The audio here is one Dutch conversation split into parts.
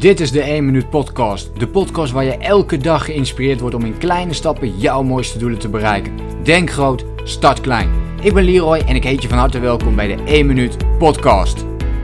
Dit is de 1 Minuut Podcast. De podcast waar je elke dag geïnspireerd wordt om in kleine stappen jouw mooiste doelen te bereiken. Denk groot, start klein. Ik ben Leroy en ik heet je van harte welkom bij de 1 Minuut Podcast.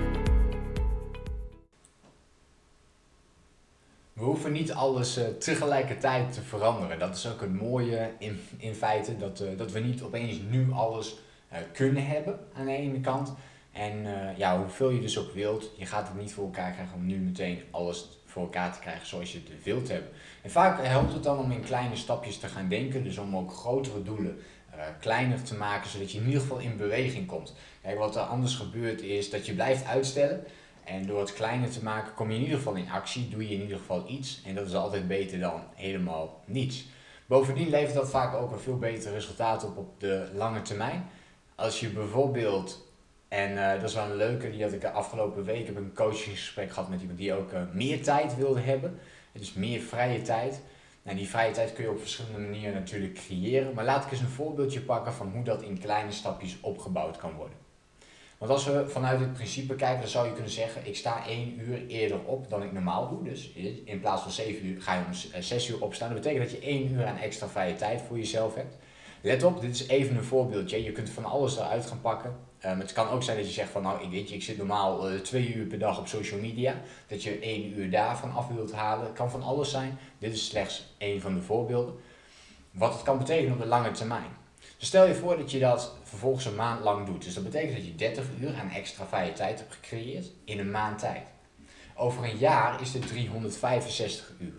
We hoeven niet alles tegelijkertijd te veranderen. Dat is ook het mooie in feite, dat we niet opeens nu alles kunnen hebben aan de ene kant. En hoeveel je dus ook wilt, je gaat het niet voor elkaar krijgen om nu meteen alles voor elkaar te krijgen zoals je het wilt hebben. En vaak helpt het dan om in kleine stapjes te gaan denken, dus om ook grotere doelen kleiner te maken, zodat je in ieder geval in beweging komt. Kijk, wat er anders gebeurt is dat je blijft uitstellen. En door het kleiner te maken kom je in ieder geval in actie, doe je in ieder geval iets. En dat is altijd beter dan helemaal niets. Bovendien levert dat vaak ook een veel beter resultaat op de lange termijn. Als je bijvoorbeeld, en dat is wel een leuke, die had ik de afgelopen week, heb ik een coachingsgesprek gehad met iemand die ook meer tijd wilde hebben. Dus meer vrije tijd. Nou, die vrije tijd kun je op verschillende manieren natuurlijk creëren. Maar laat ik eens een voorbeeldje pakken van hoe dat in kleine stapjes opgebouwd kan worden. Want als we vanuit het principe kijken, dan zou je kunnen zeggen, ik sta 1 uur eerder op dan ik normaal doe. Dus in plaats van 7 uur ga je om 6 uur opstaan. Dat betekent dat je 1 uur aan extra vrije tijd voor jezelf hebt. Let op, dit is even een voorbeeldje. Je kunt van alles eruit gaan pakken. Het kan ook zijn dat je zegt van, ik zit normaal 2 uur per dag op social media. Dat je 1 uur daarvan af wilt halen. Het kan van alles zijn. Dit is slechts één van de voorbeelden. Wat het kan betekenen op de lange termijn. Dus stel je voor dat je dat vervolgens een maand lang doet. Dus dat betekent dat je 30 uur aan extra vrije tijd hebt gecreëerd in een maand tijd. Over een jaar is dit 365 uur.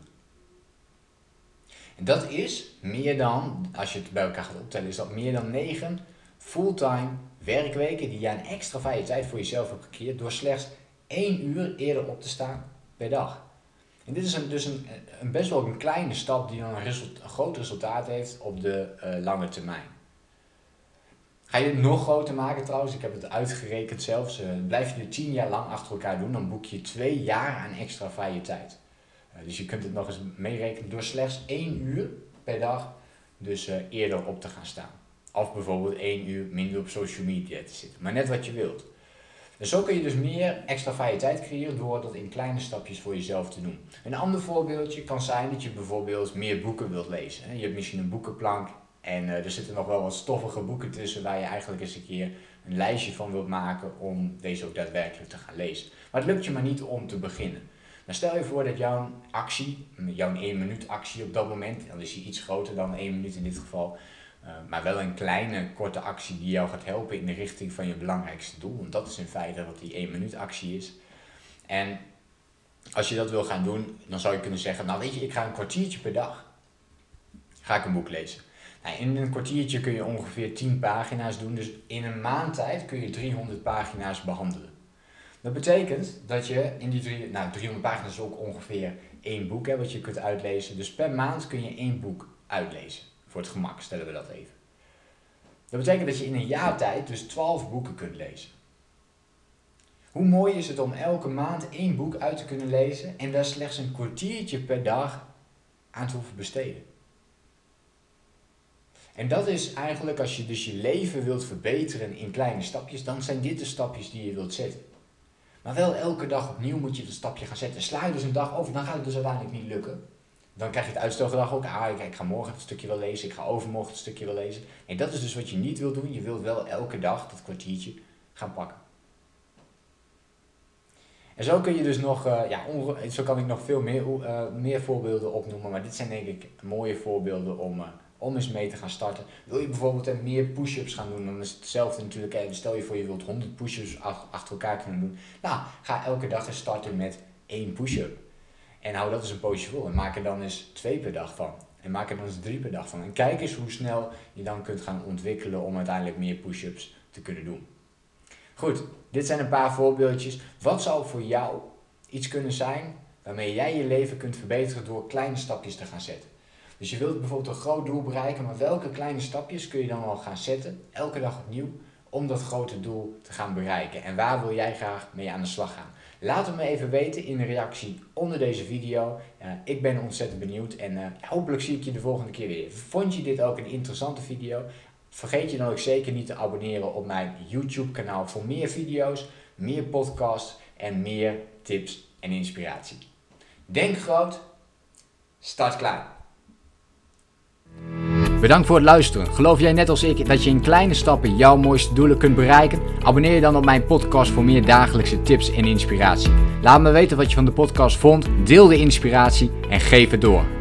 En dat is meer dan, als je het bij elkaar gaat optellen, is dat meer dan 9 fulltime werkweken die je aan extra vrije tijd voor jezelf hebt gecreëerd door slechts 1 uur eerder op te staan per dag. En dit is dus een best wel een kleine stap die dan een groot resultaat heeft op de lange termijn. Ga je het nog groter maken trouwens, ik heb het uitgerekend zelfs, blijf je het 10 jaar lang achter elkaar doen, dan boek je 2 jaar aan extra vrije tijd. Dus je kunt het nog eens meerekenen door slechts 1 uur per dag dus eerder op te gaan staan. Of bijvoorbeeld 1 uur minder op social media te zitten, maar net wat je wilt. En zo kun je dus meer extra vrije tijd creëren door dat in kleine stapjes voor jezelf te doen. Een ander voorbeeldje kan zijn dat je bijvoorbeeld meer boeken wilt lezen. Je hebt misschien een boekenplank en er zitten nog wel wat stoffige boeken tussen waar je eigenlijk eens een keer een lijstje van wilt maken om deze ook daadwerkelijk te gaan lezen. Maar het lukt je maar niet om te beginnen. Dan stel je voor dat jouw actie, jouw 1 minuut actie op dat moment, dan is die iets groter dan 1 minuut in dit geval, maar wel een kleine, korte actie die jou gaat helpen in de richting van je belangrijkste doel. Want dat is in feite wat die 1 minuut actie is. En als je dat wil gaan doen, dan zou je kunnen zeggen, ik ga een kwartiertje per dag, ga ik een boek lezen. Nou, in een kwartiertje kun je ongeveer 10 pagina's doen, dus in een maand tijd kun je 300 pagina's behandelen. Dat betekent dat je in die 300 pagina's is ook ongeveer 1 boek wat je kunt uitlezen. Dus per maand kun je 1 boek uitlezen. Voor het gemak stellen we dat even. Dat betekent dat je in een jaar tijd dus 12 boeken kunt lezen. Hoe mooi is het om elke maand 1 boek uit te kunnen lezen en daar slechts een kwartiertje per dag aan te hoeven besteden. En dat is eigenlijk, als je dus je leven wilt verbeteren in kleine stapjes, dan zijn dit de stapjes die je wilt zetten. Maar wel elke dag opnieuw moet je dat stapje gaan zetten. Sla je dus een dag over, dan gaat het dus uiteindelijk niet lukken. Dan krijg je het uitstelgedrag ook. Ik ga morgen het stukje wel lezen, ik ga overmorgen het stukje wel lezen. En dat is dus wat je niet wilt doen. Je wilt wel elke dag dat kwartiertje gaan pakken. En zo kun je dus nog, zo kan ik nog veel meer voorbeelden opnoemen. Maar dit zijn denk ik mooie voorbeelden om eens mee te gaan starten. Wil je bijvoorbeeld meer push-ups gaan doen, dan is het hetzelfde natuurlijk. Stel je voor je wilt 100 push-ups achter elkaar kunnen doen. Ga elke dag eens starten met 1 push-up. En hou dat eens een poosje vol en maak er dan eens 2 per dag van. En maak er dan eens 3 per dag van. En kijk eens hoe snel je dan kunt gaan ontwikkelen om uiteindelijk meer push-ups te kunnen doen. Goed, dit zijn een paar voorbeeldjes. Wat zou voor jou iets kunnen zijn waarmee jij je leven kunt verbeteren door kleine stapjes te gaan zetten? Dus je wilt bijvoorbeeld een groot doel bereiken, maar welke kleine stapjes kun je dan al gaan zetten, elke dag opnieuw, om dat grote doel te gaan bereiken? En waar wil jij graag mee aan de slag gaan? Laat het me even weten in de reactie onder deze video. Ik ben ontzettend benieuwd en hopelijk zie ik je de volgende keer weer. Vond je dit ook een interessante video? Vergeet je dan ook zeker niet te abonneren op mijn YouTube kanaal voor meer video's, meer podcasts en meer tips en inspiratie. Denk groot, start klein. Bedankt voor het luisteren. Geloof jij net als ik dat je in kleine stappen jouw mooiste doelen kunt bereiken? Abonneer je dan op mijn podcast voor meer dagelijkse tips en inspiratie. Laat me weten wat je van de podcast vond, deel de inspiratie en geef het door.